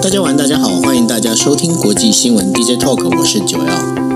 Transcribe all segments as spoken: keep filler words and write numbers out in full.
大家晚，大家好，欢迎大家收听国际新闻 D J Talk， 我是九曜。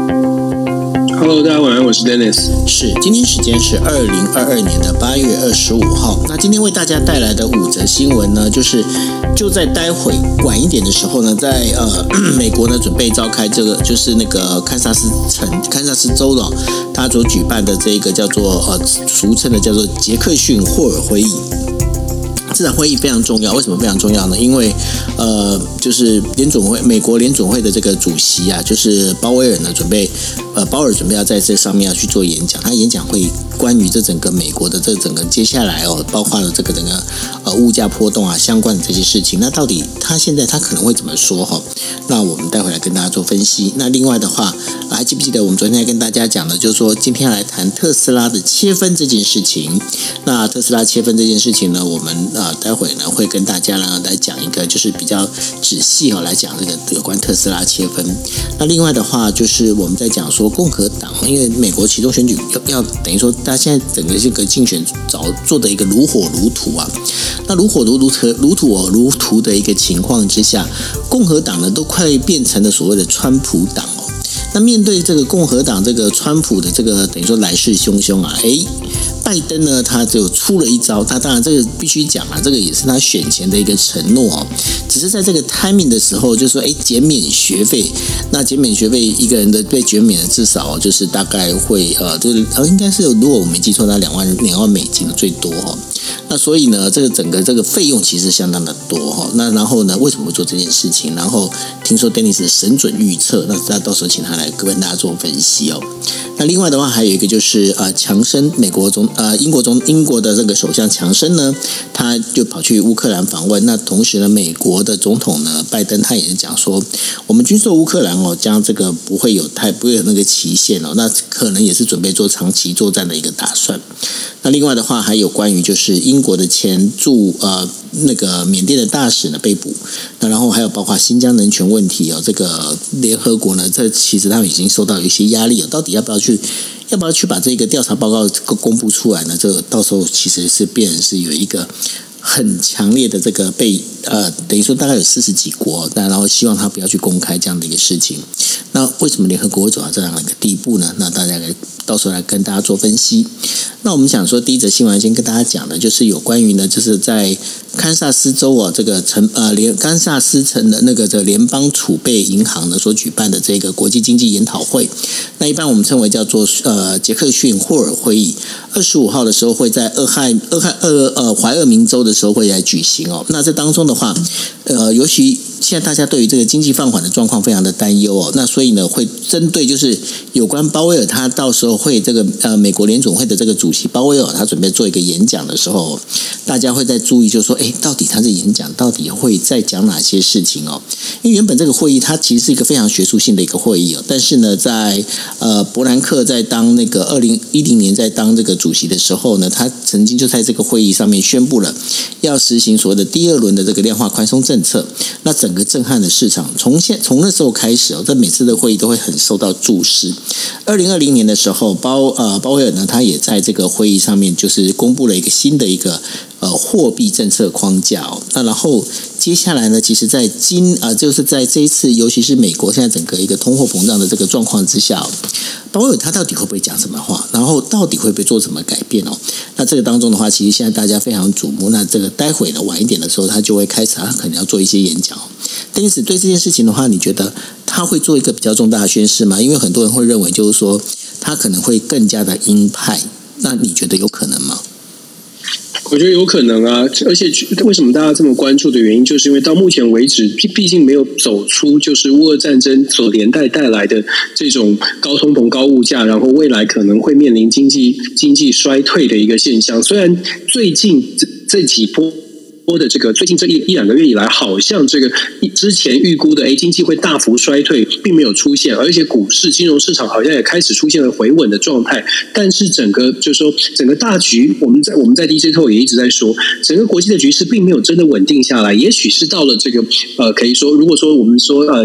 Hello， 大家晚安，我是 Dennis。 是，今天时间是二零二二年的八月二十五号。那今天为大家带来的五则新闻呢，就是就在待会晚一点的时候呢，在呃美国呢准备召开这个就是那个堪萨斯城堪萨斯州的、哦、他所举办的这个叫做呃俗称的叫做杰克逊霍尔会议。这场会议非常重要，为什么非常重要呢？因为，呃，就是联准会，美国联准会的这个主席啊，就是鲍威尔呢，准备，呃，鲍尔准备要在这上面要去做演讲。他演讲会关于这整个美国的这整个接下来哦，包括了这个整个呃物价波动啊相关的这些事情。那到底他现在他可能会怎么说哈？那我们待会来跟大家做分析。那另外的话，还记不记得我们昨天跟大家讲的，就是说今天要来谈特斯拉的切分这件事情。那特斯拉切分这件事情呢，我们呃待会呢会跟大家呢来讲一个就是比较仔细哦来讲这个有关特斯拉切分。那另外的话就是我们在讲说共和党，因为美国其中选举要要等于说大家现在整个这个竞选早做的一个如火如荼啊。那如火如荼如土哦如荼的一个情况之下，共和党呢都快变成了所谓的川普党哦。那面对这个共和党这个川普的这个等于说来势汹汹啊，诶，拜登呢他就出了一招，他当然这个必须讲啊，这个也是他选前的一个承诺哦。只是在这个 timing 的时候，就说诶减免学费，那减免学费一个人的被减免的至少就是大概会呃就是呃应该是如果我没记错，那两万两万美金最多哦。那所以呢，这个整个这个费用其实相当的多哈。那然后呢，为什么会做这件事情？然后听说 Dennis 神准预测，那那到时候请他来跟大家做分析哦。那另外的话，还有一个就是呃，强生美国总呃英国总英国的这个首相强生呢，他就跑去乌克兰访问。那同时呢，美国的总统呢拜登他也是讲说，我们军售乌克兰哦，将这个不会有太不会有那个期限哦，那可能也是准备做长期作战的一个打算。那另外的话，还有关于就是英国的前驻呃那个缅甸的大使呢被捕，那然后还有包括新疆人权问题哦，这个联合国呢，这其实他们已经受到一些压力了，到底要不要去要不要去把这个调查报告公布出来呢？这个到时候其实是变成是有一个很强烈的这个被呃等于说大概有四十几国，但然后希望他不要去公开这样的一个事情。那为什么联合国会走到这样的一个地步呢？那大家来到时候来跟大家做分析。那我们想说，第一则新闻先跟大家讲的，就是有关于呢，就是在堪萨斯州啊，这个城呃联堪萨斯城的那个这联邦储备银行呢所举办的这个国际经济研讨会。那一般我们称为叫做呃杰克逊霍尔会议。二十五号的时候会在俄亥俄亥俄呃怀俄明州的时候会来举行哦。那这当中的话，呃，尤其现在大家对于这个经济放缓的状况非常的担忧哦。那所以呢，会针对就是有关鲍威尔他到时候会这个呃美国联准会的这个主席鲍威尔他准备做一个演讲的时候，大家会在注意，就是说，哎，到底他的演讲到底会再讲哪些事情哦？因为原本这个会议它其实是一个非常学术性的一个会议哦，但是呢，在呃伯南克在当那个二零一零年在当这个主席的时候呢，他曾经就在这个会议上面宣布了要实行所谓的第二轮的这个量化宽松政策，那整个震撼的市场，从现从那时候开始哦，在每次的会议都会很受到注视。二零二零年的时候，鲍呃鲍威尔呢，他也在这个会议上面就是公布了一个新的一个呃货币政策框架哦。那然后接下来呢，其实在今啊、呃、就是在这一次，尤其是美国现在整个一个通货膨胀的这个状况之下、哦，鲍威尔他到底会不会讲什么话？然后到底会不会做什么改变哦？那这个当中的话，其实现在大家非常瞩目。那这个待会呢晚一点的时候，他就会开始，他可能要做一些演讲哦。但是对这件事情的话，你觉得他会做一个比较重大的宣示吗？因为很多人会认为，就是说他可能会更加的鹰派。那你觉得有可能吗？ 我觉得有可能啊，而且为什么大家这么关注的原因，就是因为到目前为止，毕竟没有走出就是乌俄战争所连带带来的这种高通膨、高物价，然后未来可能会面临经济经济衰退的一个现象。虽然最近这这几波。的这个最近这一一两个月以来，好像这个之前预估的诶经济会大幅衰退，并没有出现，而且股市、金融市场好像也开始出现了回稳的状态。但是整个就是说，整个大局，我们在我们在 D J Talk 也一直在说，整个国际的局势并没有真的稳定下来。也许是到了这个呃，可以说，如果说我们说呃。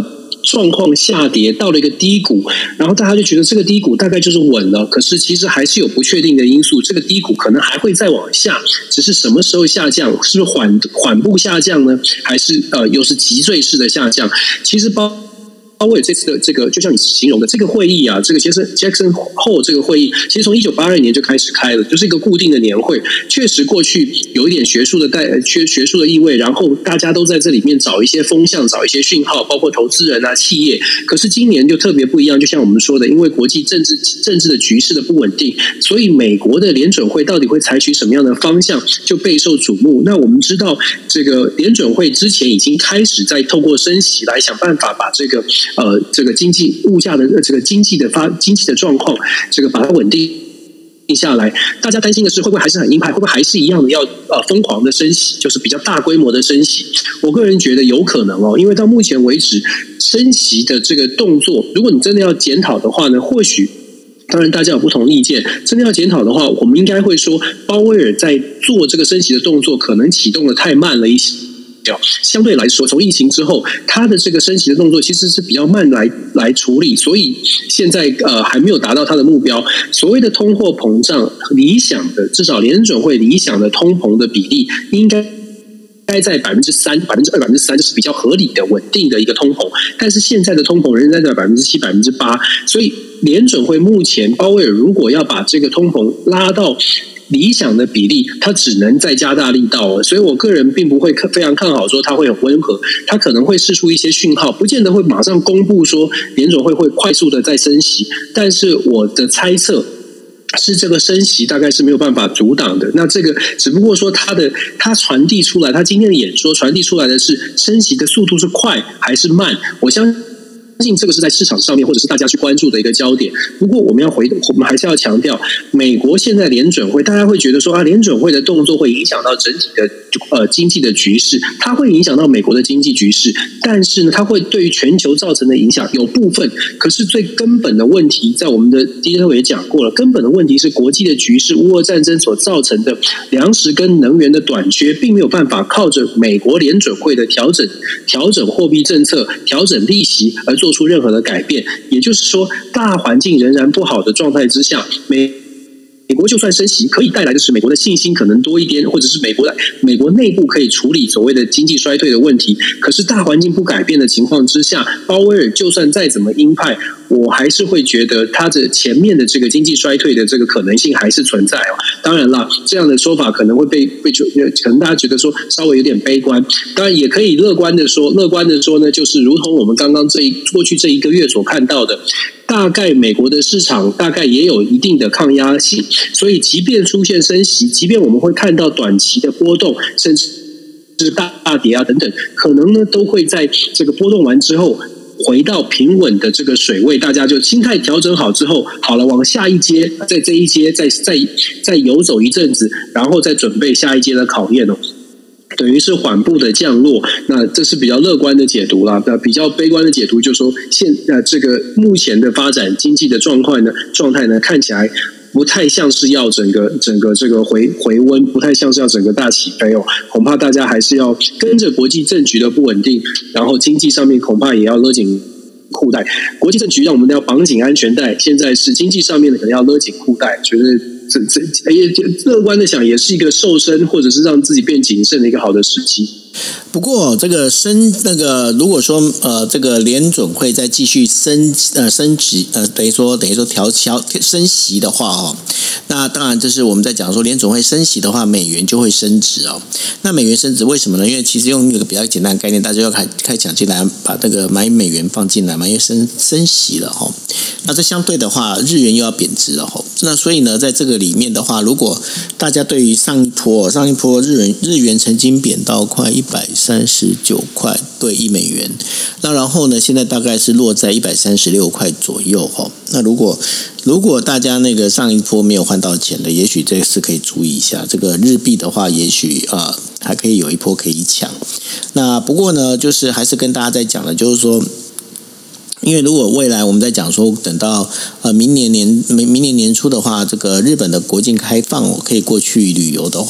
状况下跌到了一个低谷，然后大家就觉得这个低谷大概就是稳了，可是其实还是有不确定的因素，这个低谷可能还会再往下，只是什么时候下降，是不是缓缓步下降呢？还是呃又是急坠式的下降？其实包。鲍威尔这次的这个，就像你形容的这个会议啊，这个杰森杰克森后这个会议，其实从一九八二年就开始开了，就是一个固定的年会。确实过去有一点学术的带学学术的意味，然后大家都在这里面找一些风向，找一些讯号，包括投资人啊、企业。可是今年就特别不一样，就像我们说的，因为国际政治政治的局势的不稳定，所以美国的联准会到底会采取什么样的方向，就备受瞩目。那我们知道，这个联准会之前已经开始在透过升息来想办法把这个。呃，这个经济物价的这个经济的发经济的状况，这个把它稳定下来。大家担心的是，会不会还是很鹰派？会不会还是一样的要呃疯狂的升息，就是比较大规模的升息？我个人觉得有可能哦，因为到目前为止，升息的这个动作，如果你真的要检讨的话呢，或许。当然，大家有不同意见。真的要检讨的话，我们应该会说，鲍威尔在做这个升息的动作，可能启动的太慢了一些。相对来说，从疫情之后，它的这个升息的动作其实是比较慢来来处理，所以现在呃还没有达到它的目标。所谓的通货膨胀，理想的至少联准会理想的通膨的比例应该。该在百分之三、百分之二、百分之三，这是比较合理的、稳定的一个通膨。但是现在的通膨仍然在百分之七、百分之八，所以联准会目前鲍威尔如果要把这个通膨拉到理想的比例，他只能再加大力道了。所以我个人并不会非常看好说他会很温和，他可能会释出一些讯号，不见得会马上公布说联准会会快速的再升息。但是我的猜测。是这个升息大概是没有办法阻挡的，那这个只不过说他的他传递出来，他今天的演说传递出来的是升息的速度是快还是慢？我相信。相信这个是在市场上面或者是大家去关注的一个焦点。不过我们要回，我们还是要强调，美国现在联准会，大家会觉得说啊，联准会的动作会影响到整体的呃经济的局势，它会影响到美国的经济局势，但是呢，它会对于全球造成的影响有部分，可是最根本的问题，在我们的第一回也讲过了，根本的问题是国际的局势，乌俄战争所造成的粮食跟能源的短缺，并没有办法靠着美国联准会的调整、调整货币政策、调整利息而做。做出任何的改变，也就是说，大环境仍然不好的状态之下，美美国就算升息，可以带来的是美国的信心可能多一点，或者是美国的美国内部可以处理所谓的经济衰退的问题。可是大环境不改变的情况之下，鲍威尔就算再怎么鹰派，我还是会觉得他的前面的这个经济衰退的这个可能性还是存在哦。当然啦，这样的说法可能会被被可能大家觉得说稍微有点悲观。当然也可以乐观的说，乐观的说呢，就是如同我们刚刚这一过去这一个月所看到的。大概美国的市场大概也有一定的抗压性，所以即便出现升息，即便我们会看到短期的波动，甚至是大跌啊等等，可能呢都会在这个波动完之后回到平稳的这个水位，大家就心态调整好之后，好了，往下一阶，在这一阶再再再游走一阵子，然后再准备下一阶的考验哦。等于是缓步的降落，那这是比较乐观的解读啦。那比较悲观的解读就是说，现呃这个目前的发展经济的状况呢，状态呢看起来不太像是要整个整个这个回回温，不太像是要整个大起飞哦。恐怕大家还是要跟着国际政局的不稳定，然后经济上面恐怕也要勒紧裤带。国际政局让我们要绑紧安全带，现在是经济上面的可能要勒紧裤带，觉得。这这也乐观的想，也是一个瘦身或者是让自己变谨慎的一个好的时机。 不过，这个升那个，如果说呃，这个联准会再继续升呃升级呃，等于说等于说调调升息的话哦，那当然这是我们在讲说联准会升息的话，美元就会升值哦。那美元升值为什么呢？因为其实用一个比较简单的概念，大家要开开讲进来，把那个买美元放进来嘛，因为升升息了哈、哦。那这相对的话，日元又要贬值了哈、哦。那所以呢，在这个里面的话，如果大家对于上一波上一波日元日元曾经贬到快一百三十九块对一美元，那然后呢，现在大概是落在一百三十六块左右哈。那如果如果大家那个上一波没有换到钱的，也许这次可以注意一下，这个日币的话，也许啊、呃、还可以有一波可以抢。那不过呢，就是还是跟大家在讲的，就是说。因为如果未来我们在讲说，等到呃明年年明明年年初的话，这个日本的国境开放，我可以过去旅游的话，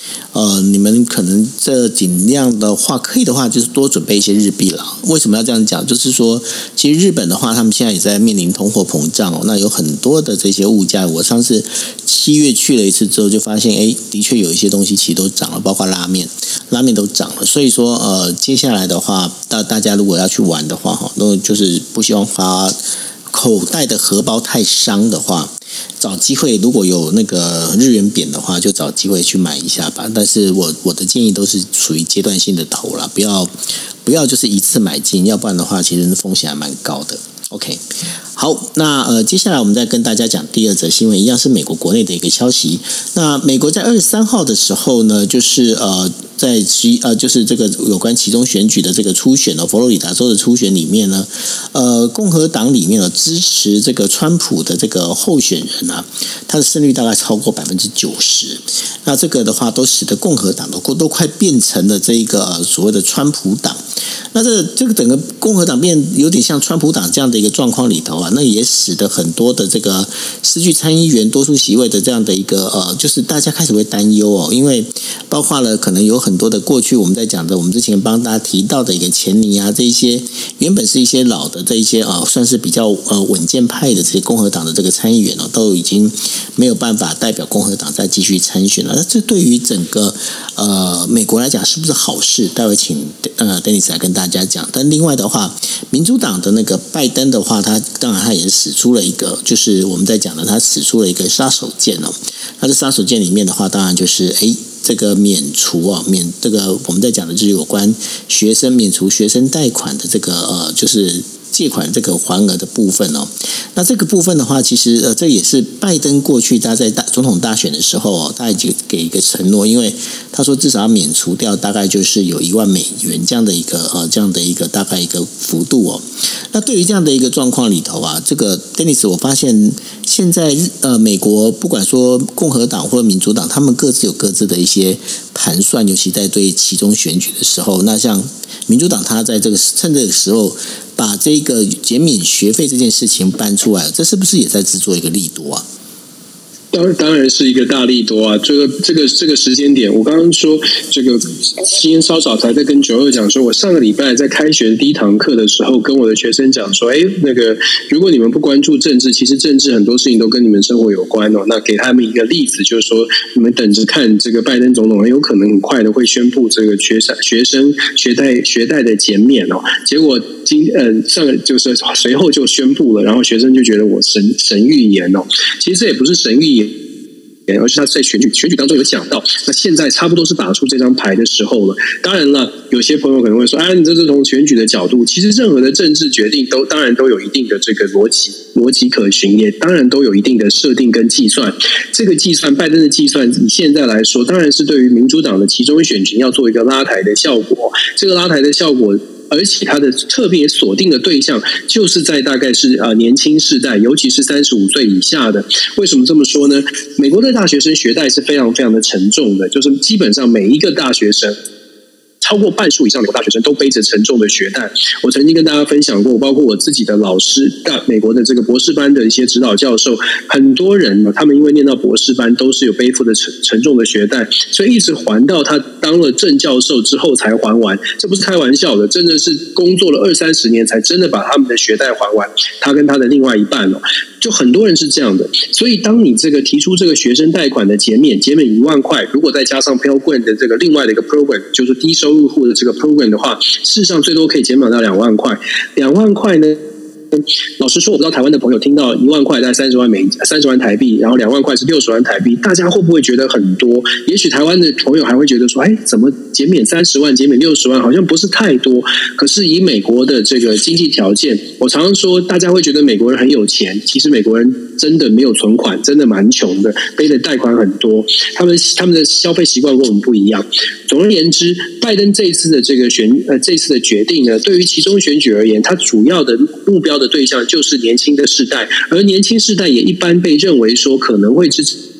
呃，你们可能这尽量的话，可以的话就是多准备一些日币了。为什么要这样讲？就是说，其实日本的话，他们现在也在面临通货膨胀哦。那有很多的这些物价，我上次七月去了一次之后，就发现，哎，的确有一些东西其实都涨了，包括拉面，拉面都涨了。所以说，呃，接下来的话，大大家如果要去玩的话，哈，那就是不希望花口袋的荷包太伤的话。找机会，如果有那个日元贬的话，就找机会去买一下吧。但是我我的建议都是属于阶段性的投啦，不要不要就是一次买进，要不然的话，其实风险还蛮高的。OK， 好，那呃，接下来我们再跟大家讲第二则新闻，一样是美国国内的一个消息。那美国在二十三号的时候呢，就是呃。在其呃，就是这个有关期中选举的这个初选哦，佛罗里达州的初选里面呢，呃，共和党里面呢支持这个川普的这个候选人啊，他的胜率大概超过百分之九十。那这个的话，都使得共和党都都快变成了这一个、呃、所谓的川普党。那这这个整个共和党变有点像川普党这样的一个状况里头啊，那也使得很多的这个失去参议员多数席位的这样的一个呃，就是大家开始会担忧哦，因为包括了可能有很多的过去我们在讲的，我们之前帮大家提到的一个钱尼啊，这一些原本是一些老的这一些啊、呃，算是比较呃稳健派的这些共和党的这个参议员哦，都已经没有办法代表共和党再继续参选了。那这对于整个呃美国来讲是不是好事？待会请呃 Dennis 来跟大家讲。但另外的话，民主党的那个拜登的话，他当然他也使出了一个，就是我们在讲的，他使出了一个杀手锏哦。那这杀手锏里面的话，当然就是哎。这个免除啊，免这个我们在讲的就是有关学生免除学生贷款的这个呃，就是借款这个还额的部分哦。那这个部分的话，其实呃，这也是拜登过去他在大总统大选的时候哦，他已经给一个承诺，因为他说至少要免除掉大概就是有一万美元这样的一个呃这样的一个大概一个幅度哦。那对于这样的一个状况里头啊，这个 Dennis 我发现现在呃美国不管说共和党或者民主党，他们各自有各自的一些盘算，尤其在对期中选举的时候，那像民主党他在这个趁这个时候把这个减免学费这件事情搬出来，这是不是也在制作一个利多啊？ 当当然是一个大利多啊！这个这个这个时间点，我刚刚说这个今天稍早才在跟九二讲说，我上个礼拜在开学第一堂课的时候，跟我的学生讲说，哎，那个如果你们不关注政治，其实政治很多事情都跟你们生活有关哦。那给他们一个例子，就是说，你们等着看，这个拜登总统很有可能很快的会宣布这个学生学生学贷学贷的减免哦。结果今呃上个就是随后就宣布了，然后学生就觉得我神神预言哦，其实这也不是神预言。而是他在选举选举当中有讲到，那现在差不多是打出这张牌的时候了。当然了，有些朋友可能会说，啊，你这是从选举的角度，其实任何的政治决定都当然都有一定的这个逻辑逻辑可循，也当然都有一定的设定跟计算。这个计算，拜登的计算，以现在来说，当然是对于民主党的其中选情要做一个拉抬的效果。这个拉抬的效果。而且它的特别锁定的对象就是在大概是呃年轻世代，尤其是三十五岁以下的。为什么这么说呢？美国的大学生学贷是非常非常的沉重的，就是基本上每一个大学生。超过半数以上美国大学生都背着沉重的学贷。我曾经跟大家分享过，包括我自己的老师，大美国的这个博士班的一些指导教授，很多人他们因为念到博士班，都是有背负的沉沉重的学贷，所以一直还到他当了正教授之后才还完。这不是开玩笑的，真的是工作了二三十年才真的把他们的学贷还完。他跟他的另外一半哦，就很多人是这样的。所以当你这个提出这个学生贷款的减免，减免一万块，如果再加上 Pell Grant 的这个另外的一个 program， 就是低收入入户的这个 program 的话，事实上最多可以减免到两万块。两万块呢？老实说，我不知道台湾的朋友听到一万块在三十万美三十万台币，然后两万块是六十万台币，大家会不会觉得很多？也许台湾的朋友还会觉得说，哎，怎么减免三十万、减免六十万，好像不是太多。可是以美国的这个经济条件，我常常说，大家会觉得美国人很有钱，其实美国人真的没有存款，真的蛮穷的，背的贷款很多，他们他们的消费习惯跟我们不一样。总而言之，拜登这一次的这个选呃这一次的决定呢，对于其中选举而言，它主要的目标的对象就是年轻的世代，而年轻世代也一般被认为说可能会支持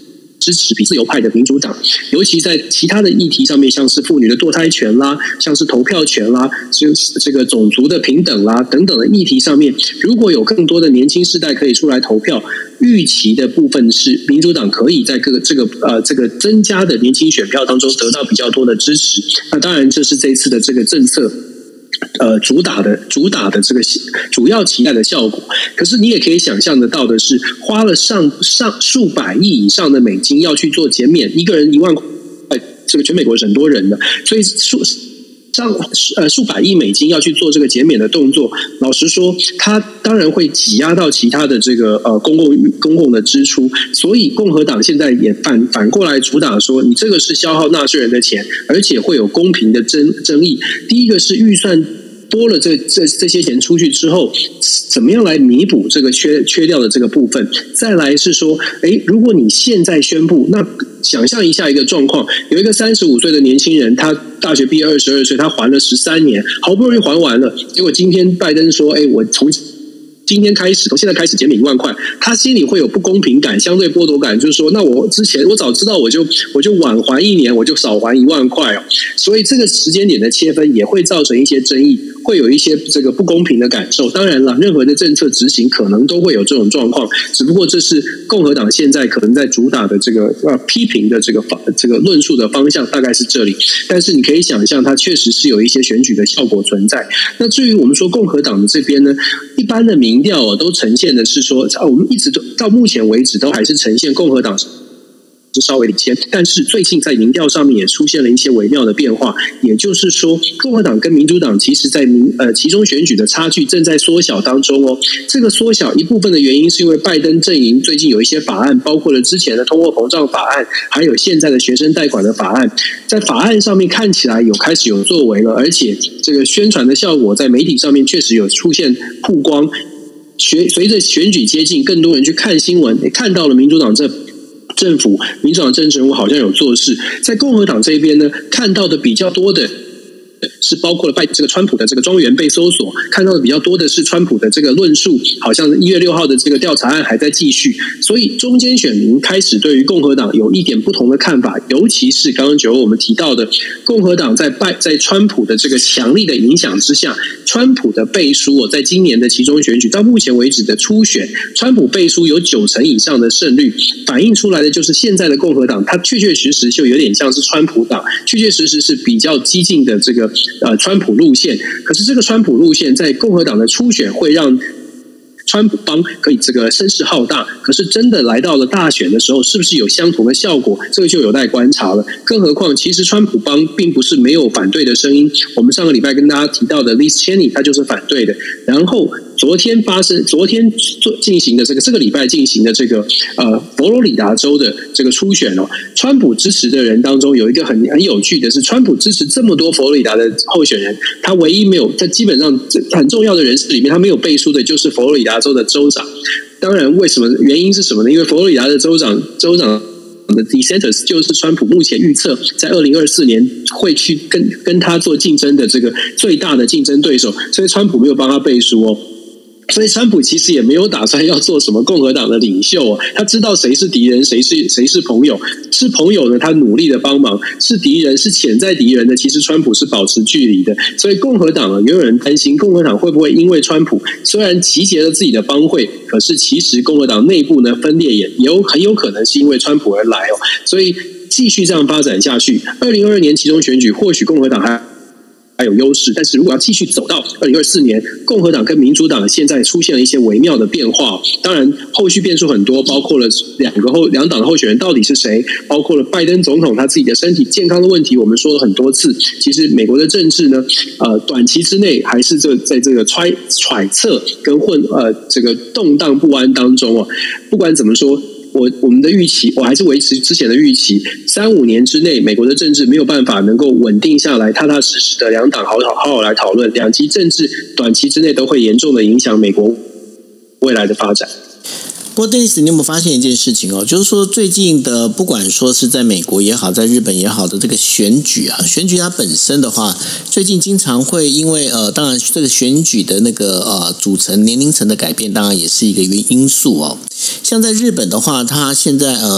支持比自由派的民主党，尤其在其他的议题上面，像是妇女的堕胎权啦，像是投票权啦，就是这个种族的平等啦等等的议题上面，如果有更多的年轻世代可以出来投票，预期的部分是民主党可以在各个这个呃这个增加的年轻选票当中得到比较多的支持。那当然，这是这一次的这个政策。呃，主打的主打的这个主要期待的效果，可是你也可以想象得到的是，花了上上数百亿以上的美金要去做减免，一个人一万块，这个全美国是很多人的，所以数上呃数百亿美金要去做这个减免的动作。老实说，它当然会挤压到其他的这个呃公共公共的支出，所以共和党现在也反反过来主打说，你这个是消耗纳税人的钱，而且会有公平的争争议。第一个是预算多了这这这些钱出去之后，怎么样来弥补这个缺缺掉的这个部分？再来是说，哎，如果你现在宣布，那想象一下一个状况，有一个三十五岁的年轻人，他大学毕业二十二岁，他还了十三年，好不容易还完了，结果今天拜登说，哎，我从今天开始，从现在开始减免一万块，他心里会有不公平感，相对剥夺感，就是说，那我之前我早知道，我就我就晚还一年，我就少还一万块哦。所以这个时间点的切分也会造成一些争议，会有一些这个不公平的感受。当然了，任何的政策执行可能都会有这种状况，只不过这是共和党现在可能在主打的这个呃批评的这个方这个论述的方向大概是这里。但是你可以想象，它确实是有一些选举的效果存在。那至于我们说共和党的这边呢，一般的民调哦，都呈现的是说，我们一直都到目前为止都还是呈现共和党是稍微领先，但是最近在民调上面也出现了一些微妙的变化，也就是说，共和党跟民主党其实在民呃其中选举的差距正在缩小当中哦。这个缩小一部分的原因是因为拜登阵营最近有一些法案，包括了之前的通货膨胀法案，还有现在的学生贷款的法案，在法案上面看起来有开始有作为了，而且这个宣传的效果在媒体上面确实有出现曝光。随随着选举接近，更多人去看新闻，也看到了民主党这政府、民主党政治人物好像有做事。在共和党这一边呢，看到的比较多的是包括了拜这个川普的这个庄园被搜索，看到的比较多的是川普的这个论述，好像一月六号的这个调查案还在继续，所以中间选民开始对于共和党有一点不同的看法，尤其是刚刚九我们提到的，共和党在拜在川普的这个强力的影响之下，川普的背书哦，在今年的期中选举到目前为止的初选，川普背书有九成以上的胜率，反映出来的就是现在的共和党，它确确实实就有点像是川普党，确确实实是比较激进的这个呃川普路线。可是这个川普路线在共和党的初选会让川普帮可以这个声势浩大，可是真的来到了大选的时候，是不是有相同的效果？这个就有待观察了。更何况，其实川普帮并不是没有反对的声音。我们上个礼拜跟大家提到的 Liz Cheney， 他就是反对的。然后昨天发生，昨天做进行的这个这个礼拜进行的这个呃佛罗里达州的这个初选哦，川普支持的人当中有一个很很有趣的是，川普支持这么多佛罗里达的候选人，他唯一没有，他基本上很重要的人士里面，他没有背书的就是佛罗里达州的州长。当然，为什么？原因是什么呢？因为佛罗里达的州长州长的 DeSantis 就是川普目前预测在二零二四年会去跟跟他做竞争的这个最大的竞争对手，所以川普没有帮他背书哦。所以川普其实也没有打算要做什么共和党的领袖哦，他知道谁是敌人，谁是谁是朋友。是朋友呢，他努力的帮忙；是敌人，是潜在敌人的，其实川普是保持距离的。所以共和党啊，也有人担心共和党会不会因为川普虽然集结了自己的帮会，可是其实共和党内部呢分裂也也有很有可能是因为川普而来哦。所以继续这样发展下去，二零二二年期中选举，或许共和党还还有优势，但是如果要继续走到二零二四年，共和党跟民主党现在出现了一些微妙的变化。当然，后续变数很多，包括了两个后两党的候选人到底是谁，包括了拜登总统他自己的身体健康的问题，我们说了很多次。其实美国的政治呢，呃，短期之内还是这在这个揣揣测跟混呃这个动荡不安当中哦。不管怎么说。我我们的预期，我还是维持之前的预期，三五年之内，美国的政治没有办法能够稳定下来，踏踏实实的两党好好好好来讨论，两极政治短期之内都会严重的影响美国未来的发展。 不过 Dennis 你有没有发现一件事情哦，就是说最近的不管说是在美国也好，在日本也好的这个选举啊，选举它本身的话，最近经常会因为呃，当然这个选举的那个呃组成年龄层的改变，当然也是一个原因素哦。像在日本的话，它现在呃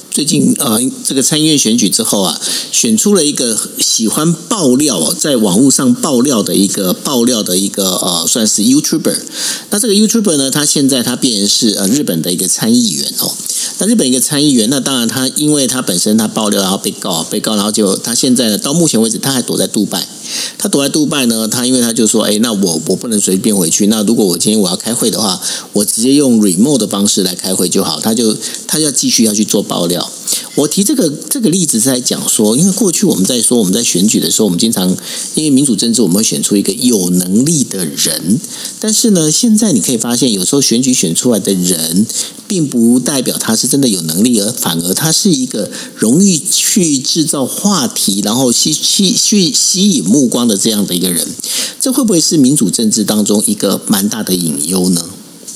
最近呃这个参议院选举之后啊，选出了一个喜欢爆料哦，在网络上爆料的一个爆料的一个呃算是 YouTuber。那这个 YouTuber 呢，他现在他变成是呃日本的一个参议员哦。那日本一个参议员，那当然他因为他本身他爆料然后被告被告，然后就他现在呢到目前为止他还躲在杜拜。他躲在杜拜呢，他因为他就说，哎，那我我不能随便回去。那如果我今天我要开会的话，我直接用 remote 的方式来开会就好。他就他要继续要去做爆料。我提这个这个例子是在讲说，因为过去我们在说我们在选举的时候，我们经常因为民主政治，我们会选出一个有能力的人。但是呢，现在你可以发现，有时候选举选出来的人，并不代表他是真的有能力，而反而他是一个容易去制造话题，然后吸吸去吸引目光的这样的一个人。这会不会是民主政治当中一个蛮大的隐忧呢？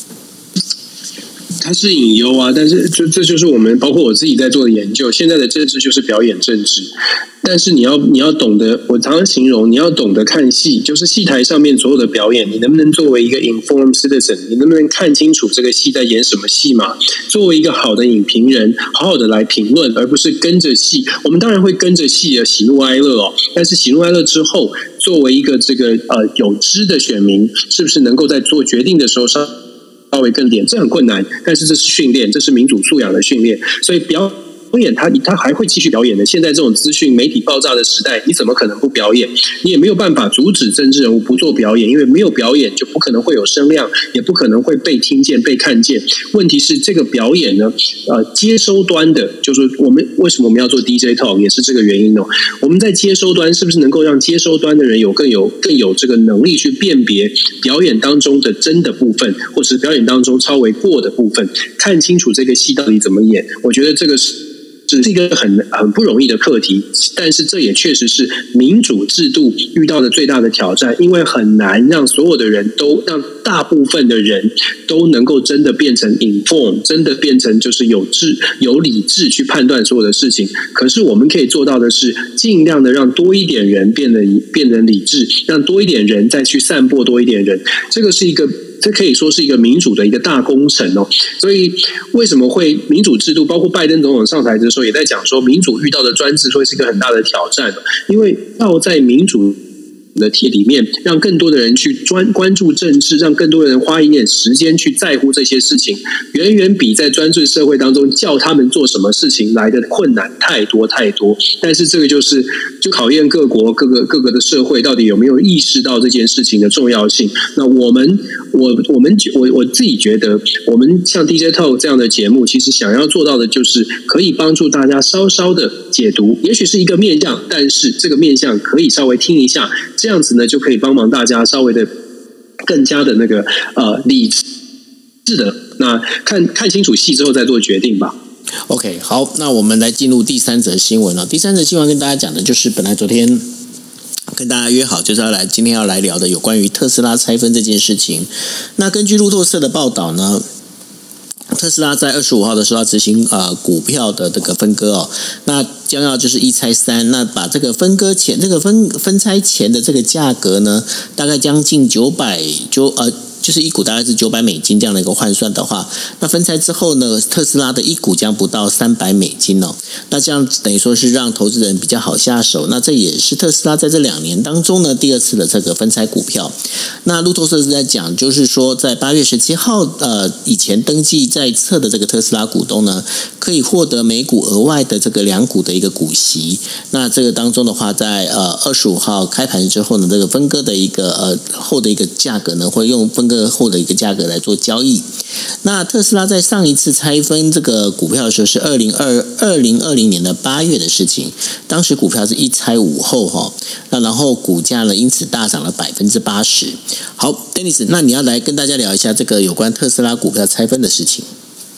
它是隐忧啊，但是这这就是我们包括我自己在做的研究。现在的政治就是表演政治，但是你要你要懂得，我常常形容你要懂得看戏，就是戏台上面所有的表演，你能不能作为一个 informed citizen， 你能不能看清楚这个戏在演什么戏嘛？作为一个好的影评人，好好的来评论，而不是跟着戏。我们当然会跟着戏的喜怒哀乐哦，但是喜怒哀乐之后，作为一个这个呃有知的选民，是不是能够在做决定的时候稍稍微更点，这很困难，但是这是训练，这是民主素养的训练，所以表演他他还会继续表演的。现在这种资讯媒体爆炸的时代，你怎么可能不表演？你也没有办法阻止政治人物不做表演，因为没有表演就不可能会有声量，也不可能会被听见、被看见。问题是这个表演呢，呃，接收端的，就是我们为什么我们要做 D J Talk， 也是这个原因哦。我们在接收端是不是能够让接收端的人有更有更有这个能力去辨别表演当中的真的部分，或者是表演当中稍微过的部分，看清楚这个戏到底怎么演？我觉得这个是。是一个很很不容易的课题，但是这也确实是民主制度遇到的最大的挑战，因为很难让所有的人都让大部分的人都能够真的变成 inform， 真的变成就是有智有理智去判断所有的事情。可是我们可以做到的是，尽量的让多一点人变得变得理智，让多一点人再去散播多一点人，这个是一个。这可以说是一个民主的一个大工程哦，所以为什么会民主制度，包括拜登总统上台的时候也在讲说，民主遇到的专制会是一个很大的挑战，因为要在民主的体里面，让更多的人去专关注政治，让更多的人花一点时间去在乎这些事情，远远比在专制社会当中叫他们做什么事情来的困难太多太多。但是这个就是就考验各国各个各个的社会到底有没有意识到这件事情的重要性。那我们我我们我我自己觉得，我们像 D J Talk 这样的节目，其实想要做到的就是可以帮助大家稍稍的解读，也许是一个面向，但是这个面向可以稍微听一下。这样子呢，就可以帮忙大家稍微的更加的那个呃理智的，那看看清楚戏之后再做决定吧。 OK， 好，那我们来进入第三则新闻了。第三则新闻跟大家讲的就是本来昨天跟大家约好就是要来今天要来聊的有关于特斯拉拆分这件事情。那根据路透社的报道呢，特斯拉在二十五号的时候要执行呃股票的这个分割哦，那将要就是一拆三，那把这个分割前这个分分拆前的这个价格呢，大概将近九百九呃。就是一股大概是九百美金这样的一个换算的话，那分拆之后呢，特斯拉的一股将不到三百美金哦。那这样等于说是让投资人比较好下手。那这也是特斯拉在这两年当中呢第二次的这个分拆股票。那路透社是在讲，就是说在八月十七号呃以前登记在册的这个特斯拉股东呢，可以获得每股额外的这个两股的一个股息。那这个当中的话，在呃二十五号开盘之后呢，这个分割的一个呃后的一个价格呢，会用分割后的一个价格来做交易。那特斯拉在上一次拆分这个股票的时候是二零二二零二零年的八月的事情，当时股票是一拆五后哈，那然后股价呢因此大涨了百分之八十。好 ，Dennis， 那你要来跟大家聊一下这个有关特斯拉股票拆分的事情。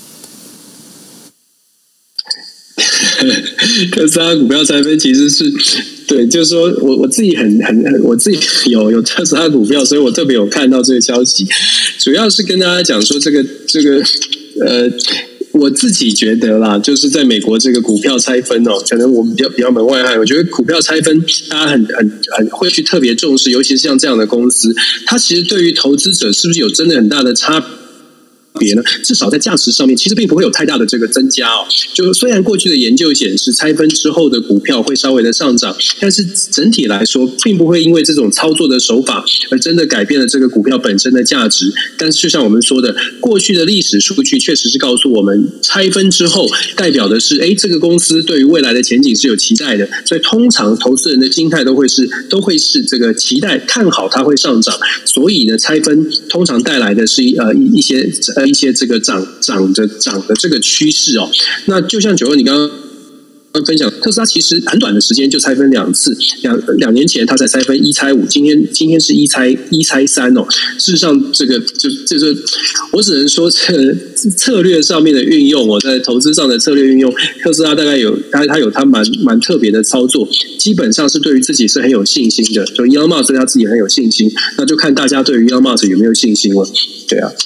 特斯拉股票拆分其实是对，就是说我我自己很很很我自己有有特斯拉股票，所以我特别有看到这个消息。主要是跟大家讲说，这个这个呃，我自己觉得啦，就是在美国这个股票拆分哦，可能我们比较比较门外汉，我觉得股票拆分大家很很很会去特别重视，尤其是像这样的公司，它其实对于投资者是不是有真的很大的差别呢，至少在价值上面其实并不会有太大的这个增加哦。就虽然过去的研究显示拆分之后的股票会稍微的上涨，但是整体来说并不会因为这种操作的手法而真的改变了这个股票本身的价值。但是就像我们说的，过去的历史数据确实是告诉我们，拆分之后代表的是，哎，这个公司对于未来的前景是有期待的，所以通常投资人的心态都会是都会是这个期待看好它会上涨，所以呢，拆分通常带来的是呃一些呃。一些这个涨涨的涨的这个趋势哦，那就像九二你刚刚分享，特斯拉其实很短的时间就拆分两次，两两年前它才拆分一拆五，今天今天是一拆一拆三哦。事实上，这个就就是我只能说，这策略上面的运用哦，在投资上的策略运用，特斯拉大概有它它有它蛮蛮特别的操作，基本上是对于自己是很有信心的。就 Elon Musk 对他自己很有信心，那就看大家对于 Elon Musk 有没有信心了。对啊。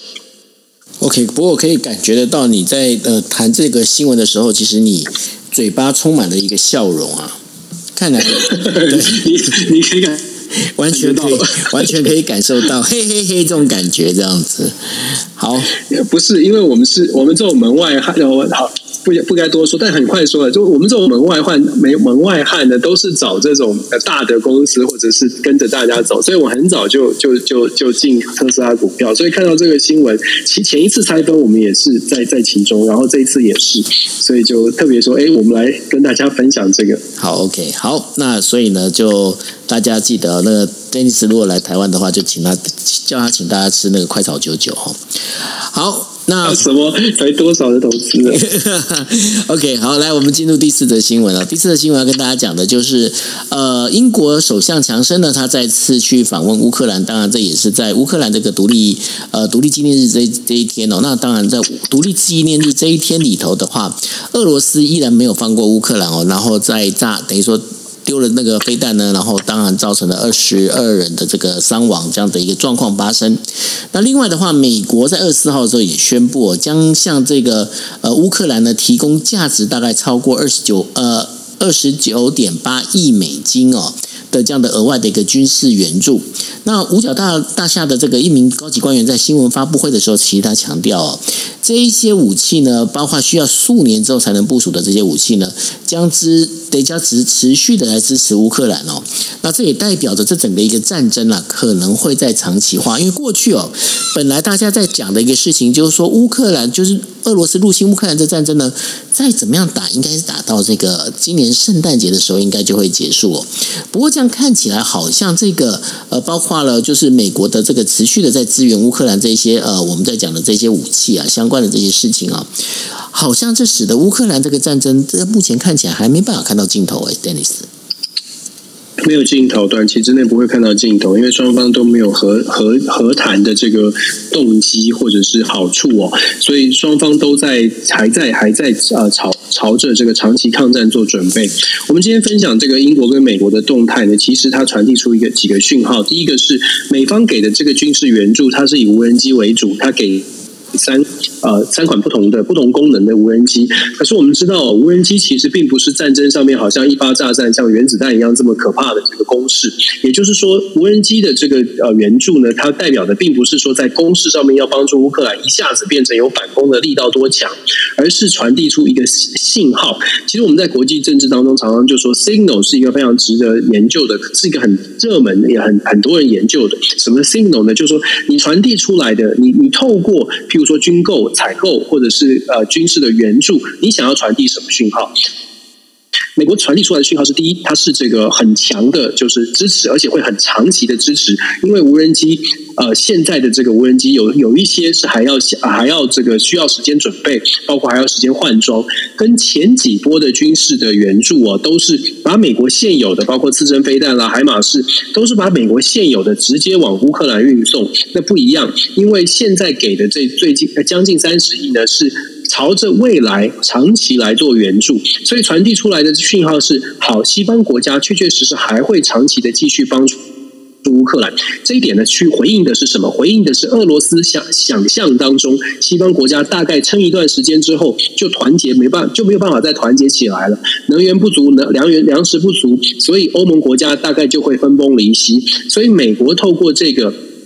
OK， 不过我可以感觉得到你在呃谈这个新闻的时候，其实你嘴巴充满了一个笑容啊，看来你你可以感完全可以完全可以感受到嘿嘿嘿这种感觉，这样子。好， 不是因为我们是我们这种门外汉，好不不该多说，但很快说了，就我们这种门外汉、没门外汉呢，都是找这种大的公司，或者是跟着大家走，所以我很早就就就就进特斯拉股票，所以看到这个新闻，前前一次拆分我们也是在在其中，然后这一次也是，所以就特别说，哎，我们来跟大家分享这个。 好 ，OK， 好，那所以呢，就大家记得那个 Dennis 如果来台湾的话，就请他叫他请大家吃那个快炒九九哈。好。那什么才多少的投资 ？OK， 好，来，我们进入第四则新闻了。第四则新闻要跟大家讲的就是，呃，英国首相强生呢，他再次去访问乌克兰，当然这也是在乌克兰这个独立呃独立纪念日这这一天哦。那当然在独立纪念日这一天里头的话，俄罗斯依然没有放过乌克兰哦，然后在炸等于说。丢了那个飞弹呢，然后当然造成了二十二人的这个伤亡这样的一个状况发生。那另外的话，美国在二十四号的时候也宣布、哦、将向这个呃乌克兰呢提供价值大概超过二十九呃二十九点八亿美金哦的这样的额外的一个军事援助。那五角大大厦的这个一名高级官员在新闻发布会的时候，其实他强调哦，这一些武器呢，包括需要数年之后才能部署的这些武器呢，将之得将持持续的来支持乌克兰哦。那这也代表着这整个一个战争啊，可能会在长期化。因为过去哦，本来大家在讲的一个事情就是说，乌克兰就是俄罗斯入侵乌克兰这战争呢，再怎么样打，应该是打到这个今年圣诞节的时候，应该就会结束哦。不过这样看起来，好像这个呃，包括了就是美国的这个持续的在支援乌克兰这些呃，我们在讲的这些武器啊，相关的这些事情啊，好像这使得乌克兰这个战争，这目前看起来还没办法看到尽头哎 ，Dennis。 没有尽头，短期之内不会看到尽头，因为双方都没有和和和谈的这个动机或者是好处哦，所以双方都在还在还在呃朝朝着这个长期抗战做准备。我们今天分享这个英国跟美国的动态呢，其实它传递出一个几个讯号。第一个是美方给的这个军事援助，它是以无人机为主，它给三呃三款不同的不同功能的无人机，可是我们知道、哦、无人机其实并不是战争上面好像一发炸弹像原子弹一样这么可怕的这个公式。也就是说，无人机的这个呃援助呢，它代表的并不是说在攻势上面要帮助乌克兰一下子变成有反攻的力道多强，而是传递出一个信号。其实我们在国际政治当中常常就说 signal 是一个非常值得研究的，是一个很热门也很很多人研究的。什么 signal 呢？就是说你传递出来的，你你透过譬如说军购、采购或者是呃军事的援助，你想要传递什么讯号？美国传递出来的讯号是：第一，它是这个很强的，就是支持，而且会很长期的支持。因为无人机，呃，现在的这个无人机有有一些是还要还要这个需要时间准备，包括还要时间换装，跟前几波的军事的援助啊，都是把美国现有的，包括刺针飞弹啦、海马式，都是把美国现有的直接往乌克兰运送。那不一样，因为现在给的这最近将近三十亿呢是。朝着未来长期来做援助，所以传递出来的讯号是：好，西方国家确确实实还会长期的继续帮助乌克兰。这一点呢，去回应的是什么？回应的是俄罗斯想想象当中，西方国家大概撑一段时间之后就团结没办就没有办法再团结起来了，能源不足，能粮源粮食不足，所以欧盟国家大概就会分崩离析。所以美国透过这个。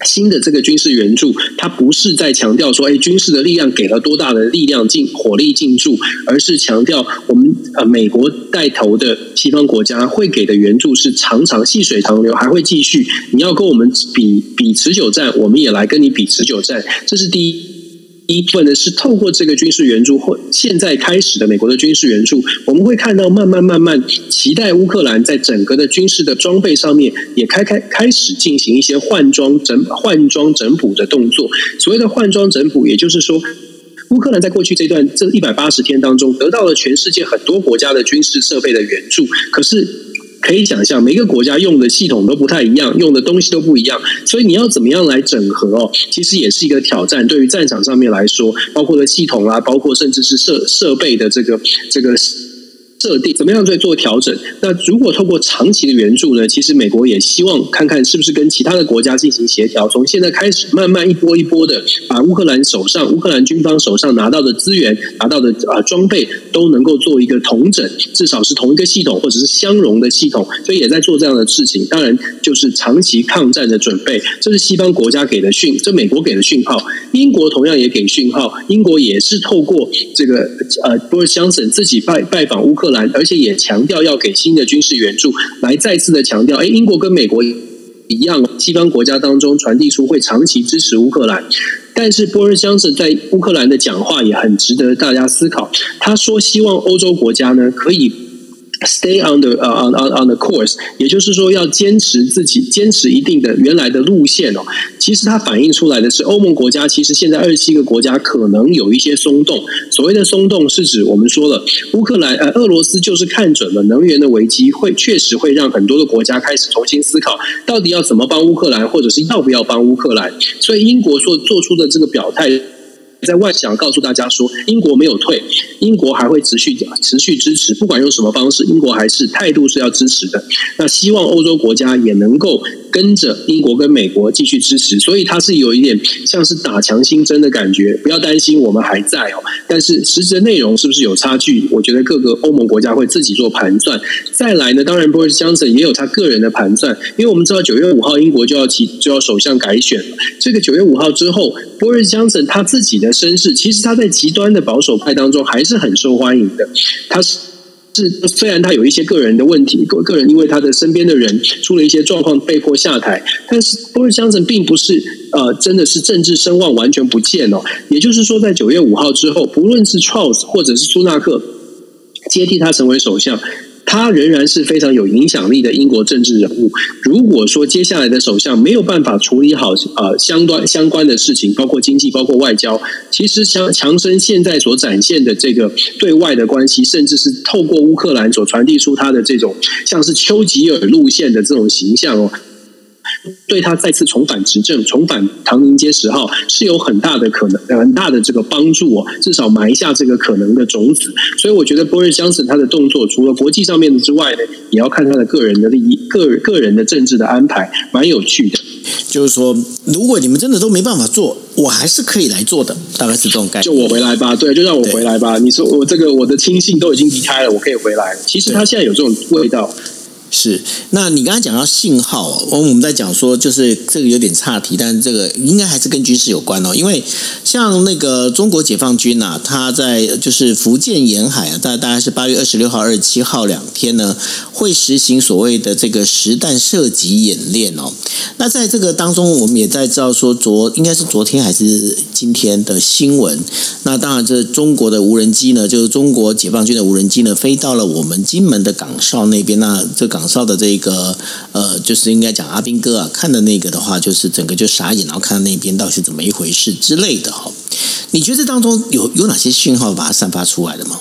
新的这个军事援助，它不是在强调说，哎，军事的力量给了多大的力量进火力进驻，而是强调我们呃美国带头的西方国家会给的援助是长长细水长流，还会继续。你要跟我们比比持久战，我们也来跟你比持久战，这是第一。第一部分呢是透过这个军事援助，或现在开始的美国的军事援助，我们会看到慢慢慢慢期待乌克兰在整个的军事的装备上面也开开开始进行一些换装整换装整补的动作。所谓的换装整补，也就是说，乌克兰在过去这段这一百八十天当中，得到了全世界很多国家的军事设备的援助，可是可以想象，每个国家用的系统都不太一样，用的东西都不一样，所以你要怎么样来整合哦？其实也是一个挑战。对于战场上面来说，包括了系统啊，包括甚至是设设备的这个这个设定，怎么样在做调整？那如果透过长期的援助呢？其实美国也希望看看是不是跟其他的国家进行协调，从现在开始慢慢一波一波的把乌克兰手上、乌克兰军方手上拿到的资源、拿到的啊装备都能够做一个统整，至少是同一个系统或者是相容的系统，所以也在做这样的事情。当然，就是长期抗战的准备，这是西方国家给的讯，这美国给的讯号，英国同样也给讯号，英国也是透过这个呃波尔强森自己拜拜访乌克兰。而且也强调要给新的军事援助，来再次的强调，哎，英国跟美国一样，西方国家当中传递出会长期支持乌克兰。但是波尔强森在乌克兰的讲话也很值得大家思考。他说，希望欧洲国家呢可以stay on the uh, on on the course， 也就是说要坚持自己坚持一定的原来的路线哦。其实它反映出来的是，欧盟国家其实现在二十七个国家可能有一些松动。所谓的松动是指我们说了，乌克兰呃俄罗斯就是看准了能源的危机，会确实会让很多的国家开始重新思考，到底要怎么帮乌克兰，或者是要不要帮乌克兰。所以英国所做出的这个表态，在外想告诉大家说，英国没有退，英国还会持续持续支持，不管用什么方式，英国还是态度是要支持的。那希望欧洲国家也能够跟着英国跟美国继续支持，所以它是有一点像是打强心针的感觉。不要担心，我们还在哦。但是实质的内容是不是有差距？我觉得各个欧盟国家会自己做盘算。再来呢，当然波尔强森也有他个人的盘算，因为我们知道九月五号英国就要起就要首相改选了。这个九月五号之后，波尔强森他自己的身世，其实他在极端的保守派当中还是很受欢迎的。他是虽然他有一些个人的问题，个人因为他的身边的人出了一些状况被迫下台，但是波尔强森并不是呃真的是政治声望完全不见哦。也就是说，在九月五号之后，不论是 Charles 或者是苏纳克接替他成为首相，他仍然是非常有影响力的英国政治人物。如果说接下来的首相没有办法处理好呃相关相关的事情，包括经济、包括外交，其实强强生现在所展现的这个对外的关系，甚至是透过乌克兰所传递出他的这种像是丘吉尔路线的这种形象哦，对他再次重返执政、重返唐宁街十号是有很大的可能、很大的这个帮助哦，至少埋下这个可能的种子。所以我觉得波尔强森他的动作，除了国际上面的之外呢，也要看他的个人的利益、个个人的政治的安排，蛮有趣的。 就是说，如果你们真的都没办法做，我还是可以来做的，大概是这种概念。 就我回来吧，对，就让我回来吧。你说我这个我的亲信都已经离开了，我可以回来了。其实他现在有这种味道。 是，那你刚才讲到信号，我们在讲说，就是这个有点岔题，但是这个应该还是跟军事有关哦。因为像那个中国解放军啊，他在就是福建沿海啊，大大概是八月二十六号、二十七号两天呢，会实行所谓的这个实弹射击演练哦。那在这个当中，我们也在知道说，昨应该是昨天还是今天的新闻。那当然，这中国的无人机呢，就是中国解放军的无人机呢，飞到了我们金门的港哨那边。那这港哨的这个呃，就是应该讲阿兵哥啊，看的那个的话，就是整个就傻眼，然后看到那边到底是怎么一回事之类的哈。你觉得这当中有有哪些讯号把它散发出来的吗？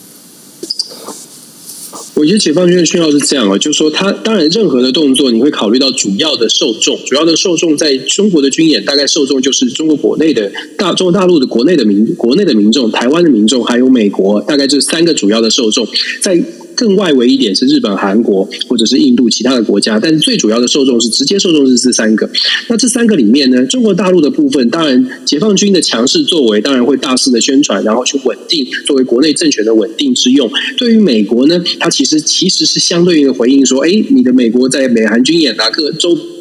我觉得解放军的讯号是这样哦，就是说，他当然任何的动作，你会考虑到主要的受众，主要的受众在中国的军演，大概受众就是中国国内的大中国大陆的国内的民国内的民众、台湾的民众，还有美国，大概这三个主要的受众。在更外围一点是日本、韩国或者是印度其他的国家，但是最主要的受众是直接受众是这三个。那这三个里面呢，中国大陆的部分，当然解放军的强势作为，当然会大肆的宣传，然后去稳定，作为国内政权的稳定之用。对于美国呢，它其实其实是相对应的回应说，哎，你的美国在美韩军演啊，各周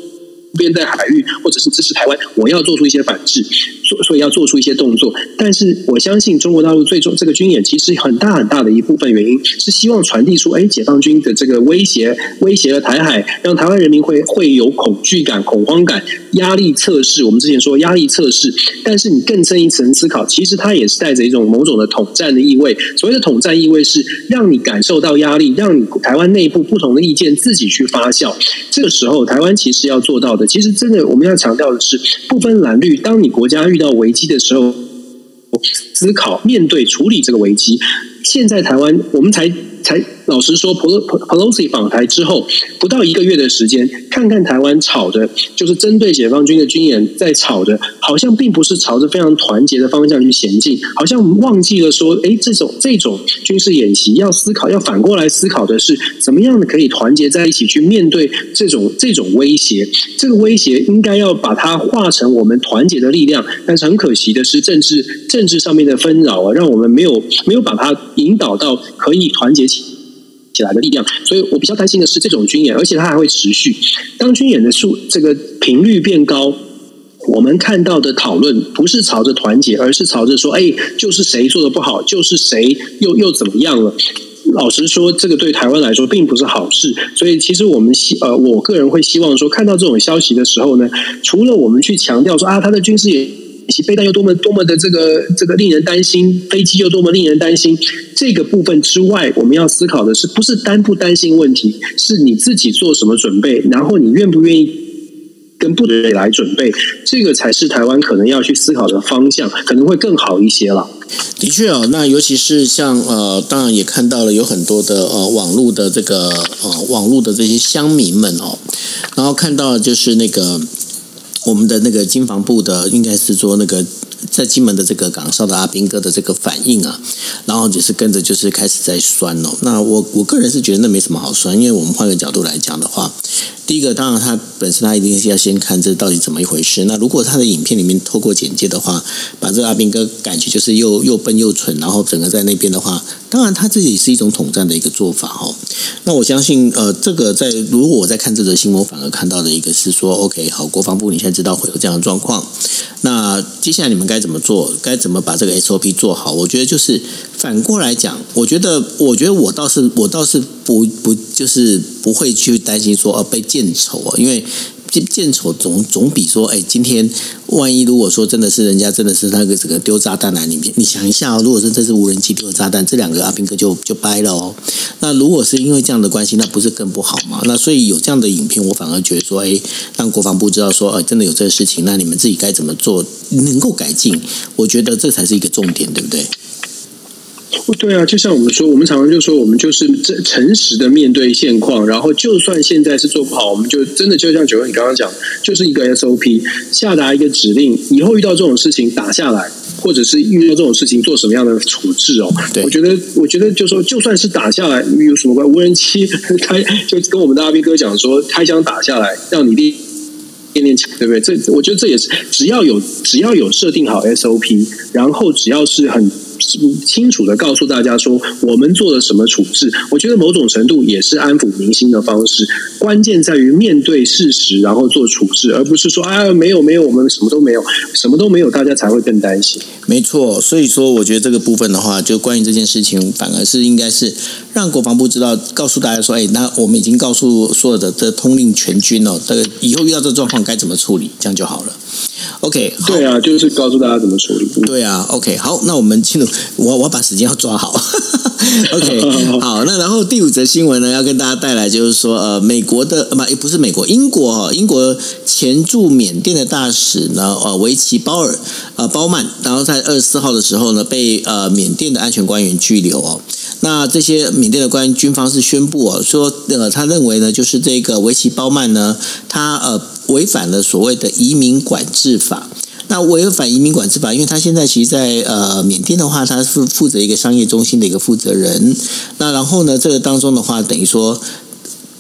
边在海域或者是支持台湾，我要做出一些反制，所所以要做出一些动作。但是我相信中国大陆最终这个军演其实很大很大的一部分原因是希望传递出，哎，解放军的这个威胁，威胁了台海，让台湾人民会会有恐惧感、恐慌感、压力测试。我们之前说压力测试，但是你更深一层思考，其实它也是带着一种某种的统战的意味。所谓的统战意味是让你感受到压力，让你台湾内部不同的意见自己去发酵。这个时候，台湾其实要做到的，其实真的我们要强调的是，不分蓝绿，当你国家遇到危机的时候，思考面对处理这个危机。现在台湾我们才才老实说 Pelosi 访台之后不到一个月的时间，看看台湾吵的就是针对解放军的军演在吵的，好像并不是朝着非常团结的方向去前进，好像忘记了说，哎，这种这种军事演习要思考，要反过来思考的是怎么样的可以团结在一起去面对这种这种威胁。这个威胁应该要把它化成我们团结的力量，但是很可惜的是政治政治上面的纷扰啊，让我们没有没有把它引导到可以团结起起来的力量。所以我比较担心的是这种军演，而且它还会持续。当军演的数这个频率变高，我们看到的讨论不是朝着团结，而是朝着说，哎，就是谁做的不好，就是谁又又怎么样了。老实说，这个对台湾来说并不是好事。所以其实我们希呃，我个人会希望说，看到这种消息的时候呢，除了我们去强调说啊，他的军事演习飞弹又多么多么的这个这个令人担心，飞机又多么令人担心，这个部分之外，我们要思考的是，不是担不担心问题，是你自己做什么准备，然后你愿不愿意跟部队来准备，这个才是台湾可能要去思考的方向，可能会更好一些了。 的确哦，那尤其是像呃，当然也看到了有很多的呃网络的这个呃网络的这些乡民们哦，然后看到就是那个我们的那个经防部的，应该是说那个在金门的这个港哨的阿兵哥的这个反应啊，然后也是跟着就是开始在酸哦。那我我个人是觉得那没什么好酸，因为我们换个角度来讲的话，第一个当然他本身他一定是要先看这到底怎么一回事。那如果他的影片里面透过简介的话，把这个阿兵哥感觉就是又又笨又蠢，然后整个在那边的话，当然他自己是一种统战的一个做法哦。那我相信呃，这个在如果我在看这则新闻，反而看到的一个是说 ，OK， 好，国防部你现在知道会有这样的状况，那接下来你们该怎么做？该怎么把这个 S O P 做好？我觉得就是反过来讲，我觉得，我觉得我倒是我倒是不不就是不会去担心说哦被见丑啊，因为见丑总总比说，哎，今天万一如果说真的是人家真的是那个这个丢炸弹来，你你想一下哦，如果是这是无人机丢炸弹，这两个阿兵哥就就掰了哦。那如果是因为这样的关系，那不是更不好吗？那所以有这样的影片，我反而觉得说，哎，让国防部知道说，哎，真的有这个事情，那你们自己该怎么做，能够改进，我觉得这才是一个重点，对不对？ 对啊，就像我们说，我们常常就说，我们就是诚实的面对现况，然后就算现在是做不好，我们就真的就像九哥你刚刚讲，就是一个 S O P， 下达一个指令，以后遇到这种事情打下来，或者是遇到这种事情做什么样的处置哦？我觉得，我觉得就说，就算是打下来，有什么关？无人机开就跟我们的阿兵哥讲说，开枪打下来，让你练练练枪，对不对？这我觉得这也是只要有只要有设定好 S O P， 然后只要是很清楚的告诉大家说我们做了什么处置，我觉得某种程度也是安抚民心的方式。关键在于面对事实，然后做处置，而不是说啊没有没有，我们什么都没有，什么都没有，大家才会更担心。 没错，所以说我觉得这个部分的话，就关于这件事情，反而是应该是让国防部知道，告诉大家说，哎，那我们已经告诉所有的这通令全军哦，这个以后遇到这状况该怎么处理，这样就好了。OK， 对啊，就是告诉大家怎么处理。 对啊 ，OK， 好，那我们进入，我我要把时间要抓好。OK， 好，那然后第五则新闻呢，要跟大家带来就是说，呃，美国的不不是美国，英国哦，英国前驻缅甸的大使呢，呃，维奇鲍尔呃鲍曼，然后在二十四号的时候呢，被呃缅甸的安全官员拘留哦。那这些缅甸的官军方是宣布哦，说呃，他认为呢，就是这个维奇鲍曼呢，他呃违反了所谓的移民管制法。那违反移民管制法，因为他现在其实在呃缅甸的话，他是负责一个商业中心的一个负责人。那然后呢，这个当中的话，等于说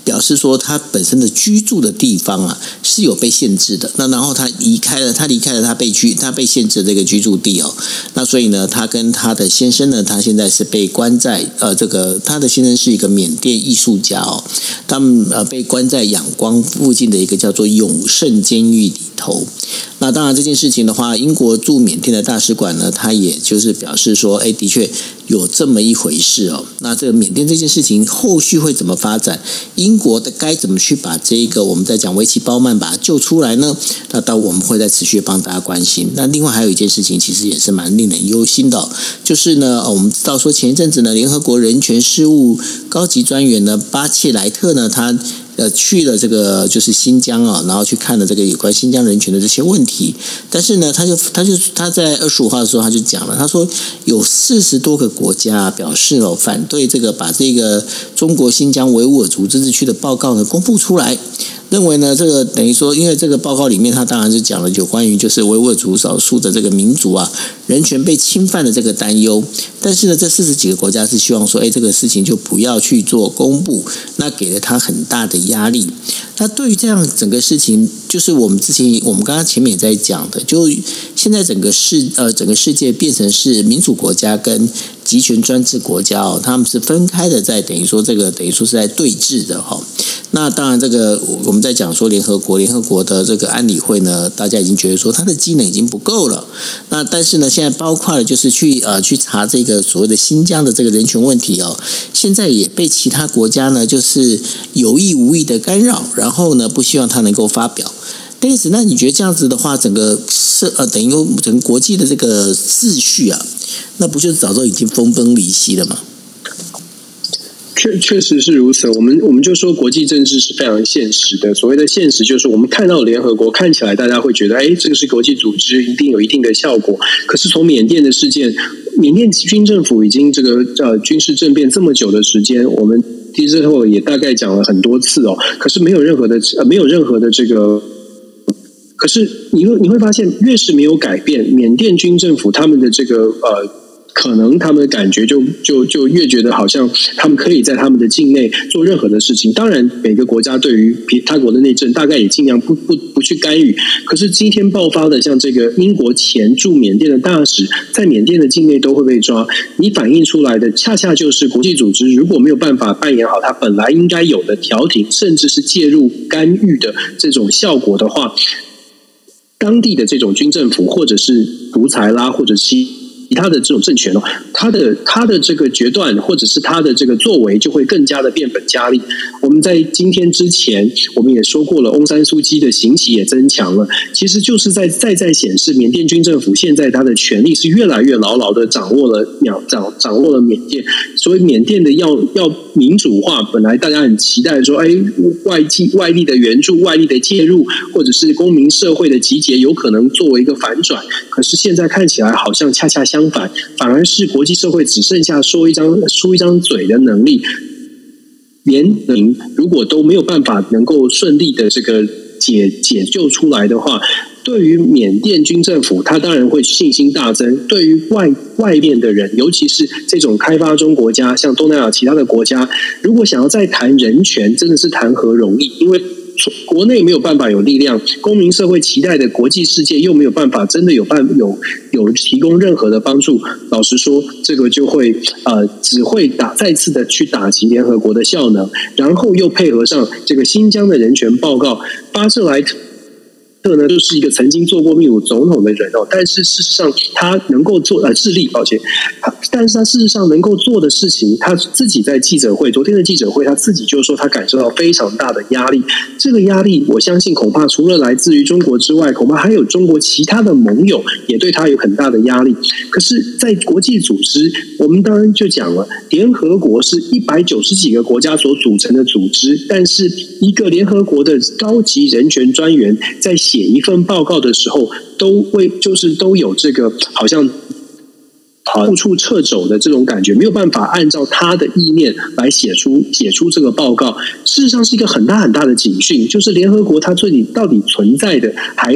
表示说他本身的居住的地方啊是有被限制的。那然后他离开了，他离开了他被居他被限制的这个居住地哦。那所以呢，他跟他的先生呢，他现在是被关在呃这个他的先生是一个缅甸艺术家哦，他们呃被关在仰光附近的一个叫做永盛监狱里头。那当然这件事情的话，英国驻缅甸的大使馆呢，他也就是表示说，哎，的确有这么一回事哦。那这个缅甸这件事情后续会怎么发展？英国的该怎么去把这个我们在讲维奇鲍曼把它救出来呢？那到我们会再持续帮大家关心。那另外还有一件事情，其实也是蛮令人忧心的、哦，就是呢，我们知道说前一阵子呢，联合国人权事务高级专员呢巴切莱特呢，他。呃，去了这个就是新疆啊，然后去看了这个有关新疆人权的这些问题。但是呢，他就他就他在二十五号的时候他就讲了，他说有四十多个国家表示了反对这个把这个中国新疆维吾尔族自治区的报告呢公布出来。认为呢，这个等于说，因为这个报告里面，他当然是讲了有关于就是维吾尔族少数的这个民族啊，人权被侵犯的这个担忧。但是呢，这四十几个国家是希望说，哎，这个事情就不要去做公布，那给了他很大的压力。那对于这样整个事情，就是我们之前我们刚刚前面也在讲的，就现在整个世呃整个世界变成是民主国家跟集权专制国家哦，他们是分开的，在等于说这个等于说是在对峙的哈、哦。那当然，这个我们在讲说联合国，联合国的这个安理会呢，大家已经觉得说它的机能已经不够了。那但是呢，现在包括了就是去呃去查这个所谓的新疆的这个人权问题哦，现在也被其他国家呢就是有意无意的干扰，然后呢不希望它能够发表。但是那你觉得这样子的话，整个社呃等于整个国际的这个秩序啊，那不就是早就已经分崩离析了吗？ 确确实是如此，我们我们就说国际政治是非常现实的。所谓的现实，就是我们看到联合国看起来大家会觉得，哎，这个是国际组织，一定有一定的效果。可是从缅甸的事件，缅甸军政府已经这个呃军事政变这么久的时间，我们第之后也大概讲了很多次哦，可是没有任何的呃没有任何的这个。可是你会你会发现，越是没有改变，缅甸军政府他们的这个呃。可能他们的感觉就就就越觉得好像他们可以在他们的境内做任何的事情。当然，每个国家对于他国的内政大概也尽量不不不去干预。可是今天爆发的，像这个英国前驻缅甸的大使在缅甸的境内都会被抓，你反映出来的恰恰就是国际组织如果没有办法扮演好它本来应该有的调停，甚至是介入干预的这种效果的话，当地的这种军政府或者是独裁啦，或者是其他的这种政权哦，他的他的这个决断或者是他的这个作为就会更加的变本加厉。我们在今天之前我们也说过了，翁山苏姬的刑期也增强了，其实就是在再在显示缅甸军政府现在他的权力是越来越牢牢的掌握了掌掌握了缅甸。所以缅甸的要要民主化，本来大家很期待说，哎，外境外力的援助、外力的介入，或者是公民社会的集结，有可能作为一个反转。可是现在看起来好像恰恰相相反，反而是国际社会只剩下说一张出一张嘴的能力，连民如果都没有办法能够顺利的这个解解救出来的话，对于缅甸军政府，他当然会信心大增。对于外外面的人，尤其是这种开发中国家，像东南亚其他的国家，如果想要再谈人权，真的是谈何容易？因为国内没有办法有力量，公民社会期待的国际世界又没有办法真的有办有有提供任何的帮助。老实说，这个就会呃只会打再次的去打击联合国的效能，然后又配合上这个新疆的人权报告，巴切莱特呢，就是一个曾经做过秘鲁总统的人哦，但是事实上他能够做呃智利，抱歉，但是他事实上能够做的事情，他自己在记者会昨天的记者会，他自己就说他感受到非常大的压力。这个压力，我相信恐怕除了来自于中国之外，恐怕还有中国其他的盟友也对他有很大的压力。可是，在国际组织，我们当然就讲了，联合国是一百九十几个国家所组成的组织，但是一个联合国的高级人权专员在写一份报告的时候，都会就是都有这个好像处处掣肘的这种感觉，没有办法按照他的意念来写出写出这个报告。事实上是一个很大很大的警讯，就是联合国它最底到底存在的还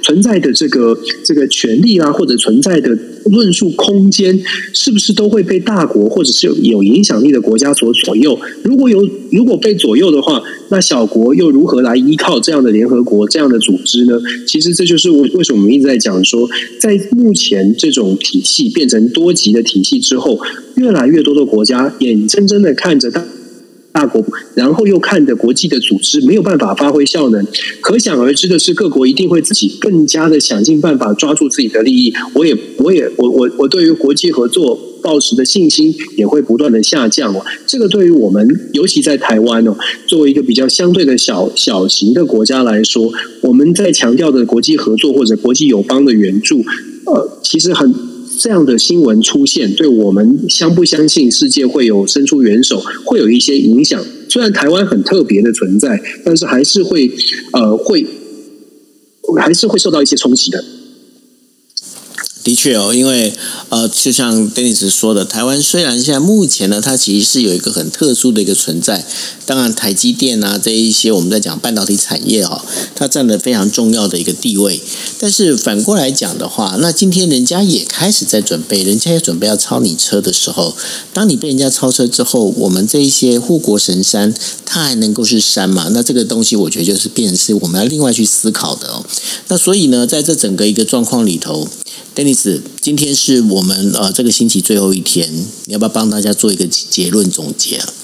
存在的这个这个权利啊，或者存在的论述空间，是不是都会被大国或者是有有影响力的国家所左右？如果有如果被左右的话，那小国又如何来依靠这样的联合国这样的组织呢？其实这就是为什么我们一直在讲说，在目前这种体系变成多极的体系之后，越来越多的国家眼睁睁的看着大大国，然后又看着国际的组织没有办法发挥效能，可想而知的是，各国一定会自己更加的想尽办法抓住自己的利益。我也，我也，我我我对于国际合作抱持的信心也会不断的下降哦。这个对于我们，尤其在台湾哦，作为一个比较相对的小小型的国家来说，我们在强调的国际合作或者国际友邦的援助，呃，其实很。这样的新闻出现，对我们相不相信世界会有伸出援手，会有一些影响。虽然台湾很特别的存在，但是还是会呃会还是会受到一些冲击的。 的确哦，因为呃，就像 Dennis 说的，台湾虽然现在目前呢，它其实是有一个很特殊的一个存在。当然，台积电啊这一些我们在讲半导体产业哦，它占了非常重要的一个地位。但是反过来讲的话，那今天人家也开始在准备，人家也准备要超你车的时候，当你被人家超车之后，我们这一些护国神山，它还能够是山吗？那这个东西我觉得就是变成是我们要另外去思考的哦。那所以呢，在这整个一个状况里头。Dennis， 今天是我们呃这个星期最后一天，你要不要帮大家做一个结论总结啊？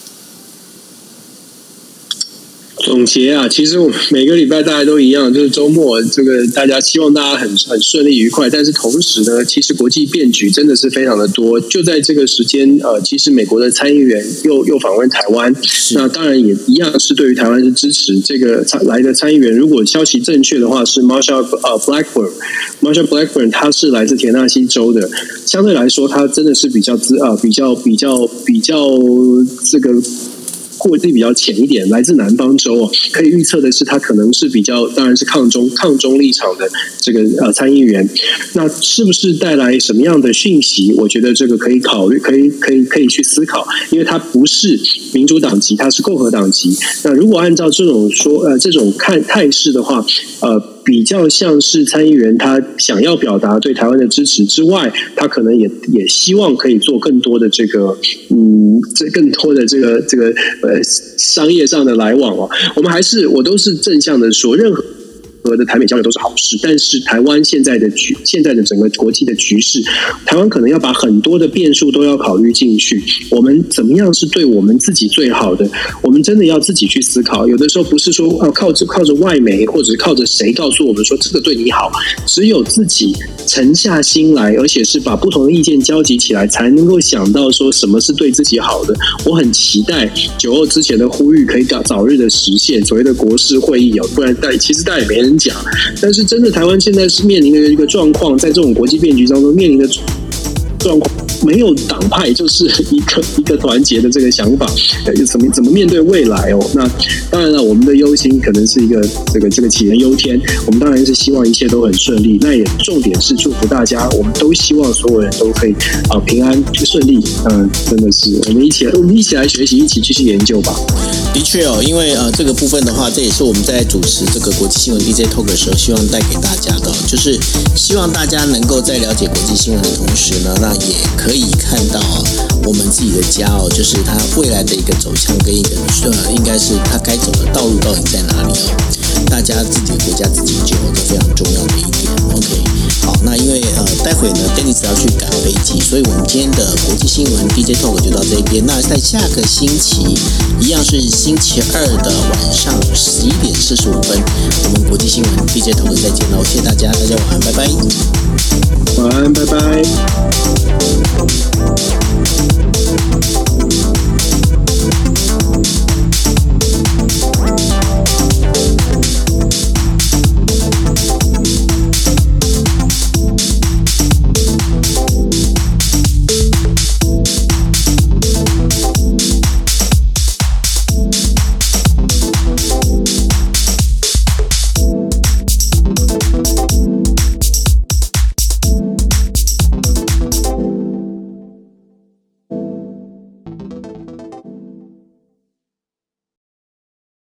总结啊，其实我们每个礼拜大家都一样，就是周末这个大家希望大家很很顺利愉快，但是同时呢，其实国际变局真的是非常的多。就在这个时间，呃，其实美国的参议员又又访问台湾，那当然也一样是对于台湾是支持。这个来的参议员，如果消息正确的话，是 Marsha 呃 Blackburn，Marsha Blackburn 他是来自田纳西州的，相对来说，他真的是比较资啊比较比较比较这个。过地比较浅一点，来自南方州哦，可以预测的是，他可能是比较，当然是抗中抗中立场的这个呃参议员。那是不是带来什么样的讯息？我觉得这个可以考虑，可以可以可以去思考，因为他不是民主党籍，他是共和党籍。那如果按照这种说呃这种看态势的话，呃。比较像是参议员他想要表达对台湾的支持之外，他可能也也希望可以做更多的这个嗯，这更多的这个这个呃商业上的来往哦。我们还是我都是正向的说，任何。和的台美交流都是好事，但是台湾现在的局，现在的整个国际的局势，台湾可能要把很多的变数都要考虑进去。我们怎么样是对我们自己最好的？我们真的要自己去思考。有的时候不是说啊靠着靠着外媒或者是靠着谁告诉我们说这个对你好，只有自己沉下心来，而且是把不同的意见交集起来，才能够想到说什么是对自己好的。我很期待九二之前的呼吁可以早日的实现，所谓的国事会议哦，不然但其实大家也没人讲，但是真的台湾现在是面临的一个状况，在这种国际变局当中面临的状况，没有党派就是一个一个团结的这个想法，怎么怎么面对未来哦？那当然了，我们的忧心可能是一个这个这个杞人忧天，我们当然是希望一切都很顺利。那也重点是祝福大家，我们都希望所有人都可以啊、呃、平安顺利。嗯、呃，真的是我们一起我们一起来学习，一起继续研究吧。 的确哦，因为呃这个部分的话，这也是我们在主持这个国际新闻 D J Talk 的时候，希望带给大家的、哦，就是希望大家能够在了解国际新闻的同时呢，那也可以看到啊、哦，我们自己的家哦，就是它未来的一个走向跟一个呃，应该是它该走的道路到底在哪里哦。大家自己的国家自己救这非常重要的一点。OK， 好，那因为呃待会呢 Dennis 要去赶飞机，所以我们今天的国际新闻 D J Talk 就到这边。那在下个星期一样是星期二的晚上十一点四十五分，我们国际新闻 D J Talk 再见喽！谢谢大家，大家晚安，拜拜。 晚安，拜拜。